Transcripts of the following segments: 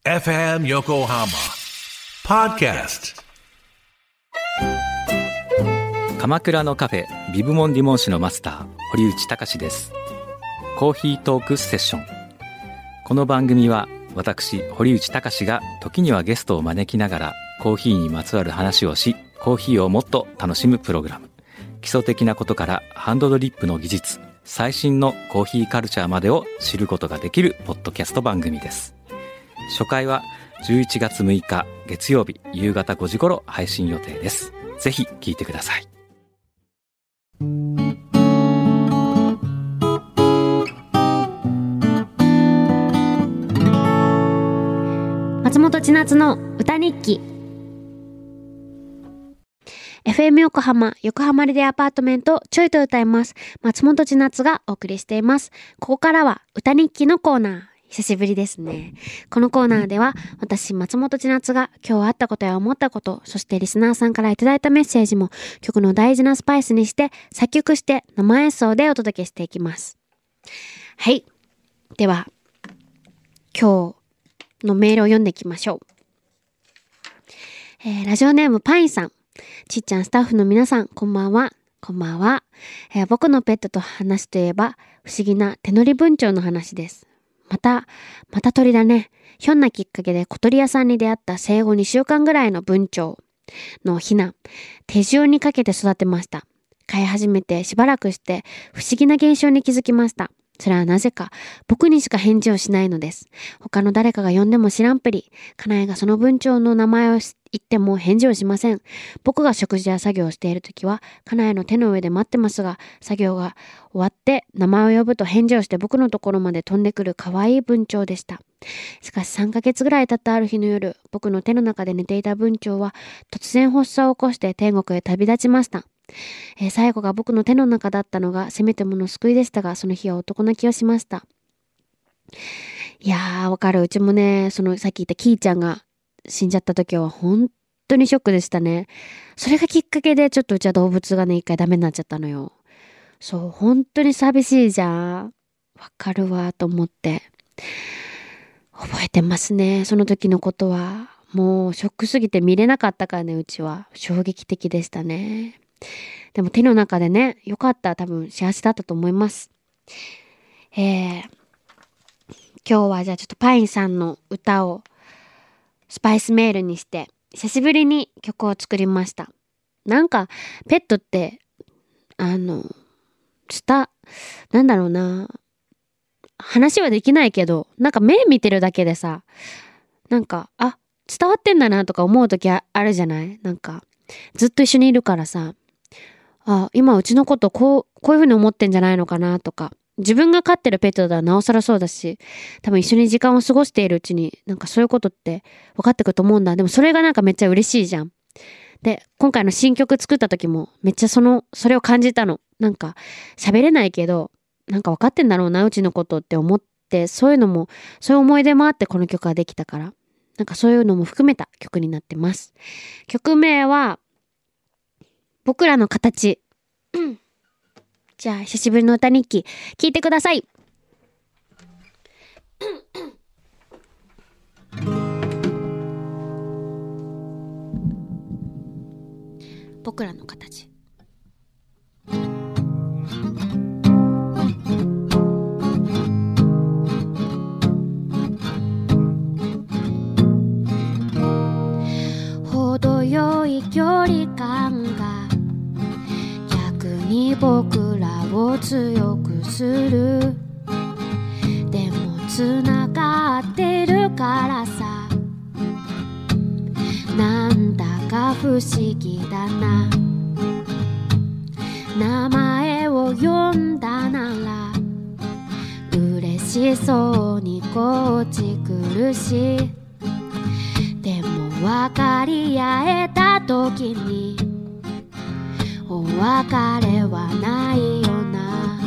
FM Yokohama Podcast。 鎌倉のカフェビブモンディモン市のマスター堀内隆です。コーヒートークセッション。この番組は私堀内隆が時にはゲストを招きながらコーヒーにまつわる話をし、コーヒーをもっと楽しむプログラム。基礎的なことからハンドドリップの技術、最新のコーヒーカルチャーまでを知ることができるポッドキャスト番組です。初回は11月6日月曜日夕方5時頃配信予定です。ぜひ聞いてください。 松本千夏の歌日記。 FM 横浜横浜リレアパートメントちょいと歌います松本千夏がお送りしています。ここからは歌日記のコーナー。久しぶりですね。このコーナーでは私松本千夏が今日あったことや思ったこと、そしてリスナーさんからいただいたメッセージも曲の大事なスパイスにして作曲して生演奏でお届けしていきます。はい、では今日のメールを読んでいきましょう。ラジオネームパインさん。ちっちゃんスタッフの皆さん、こんばんは。こんばんは。僕のペットと話すといえば不思議な手乗り文鳥の話です。また鳥だね。ひょんなきっかけで小鳥屋さんに出会った生後2週間ぐらいの文鳥のヒナ、手塩にかけて育てました。飼い始めてしばらくして不思議な現象に気づきました。それはなぜか僕にしか返事をしないのです。他の誰かが呼んでも知らんぷり、家内がその文鳥の名前を言っても返事をしません。僕が食事や作業をしているときは家内の手の上で待ってますが、作業が終わって名前を呼ぶと返事をして僕のところまで飛んでくる可愛い文鳥でした。しかし3ヶ月ぐらい経ったある日の夜、僕の手の中で寝ていた文鳥は突然発作を起こして天国へ旅立ちました。最後が僕の手の中だったのがせめてもの救いでしたが、その日は男泣きをしました。いやー、わかる。うちもね、さっき言ったキーちゃんが死んじゃった時は本当にショックでしたね。それがきっかけでちょっとうちは動物がね、一回ダメになっちゃったのよ。そう、本当に寂しいじゃん。わかるわと思って覚えてますね。その時のことはもうショックすぎて見れなかったからね、うちは衝撃的でしたね。でも手の中でね、よかった。多分幸せだったと思います。今日はじゃあちょっとパインさんの歌をスパイスメールにして久しぶりに曲を作りました。なんかペットってなんだろうな、話はできないけど、なんか目見てるだけでさ、なんか伝わってんだなとか思う時あるじゃない。なんかずっと一緒にいるからさ、今うちのことこういう風に思ってんじゃないのかなとか、自分が飼ってるペットだらなおさらそうだし、多分一緒に時間を過ごしているうちになんかそういうことって分かってくると思うんだ。でもそれがなんかめっちゃ嬉しいじゃん。で、今回の新曲作った時もめっちゃそれを感じたの。なんか喋れないけどなんか分かってんだろうな、うちのことって思って、そういう思い出もあってこの曲ができたから、なんかそういうのも含めた曲になってます。曲名は僕らの形。じゃあ久しぶりの歌日記聞いてください。僕らの形。程よい距離感が逆に僕らを強くする。でもつながってるからさ、なんだか不思議だな。名前を呼んだなら嬉しそうにこっち来るし、でも分かり合えた時にお別れはないよな。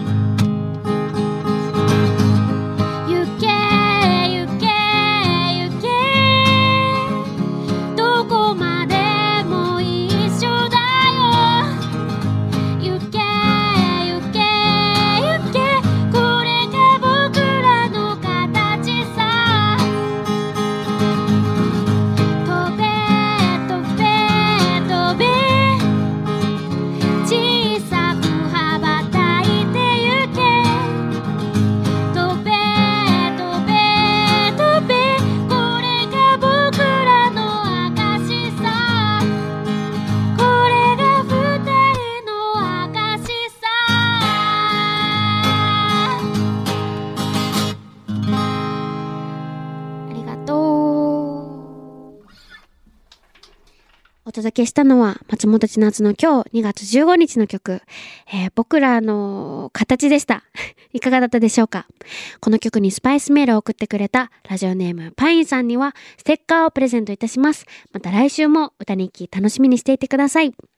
行け行け行け、どこまでも一緒だよ。行け行け行け、これが僕らの形さ。 届けしたのは松本千夏の今日2月15日の曲、僕らの形でした。いかがだったでしょうか。この曲にスパイスメールを送ってくれたラジオネームパインさんにはステッカーをプレゼントいたします。また来週も歌日記楽しみにしていてください。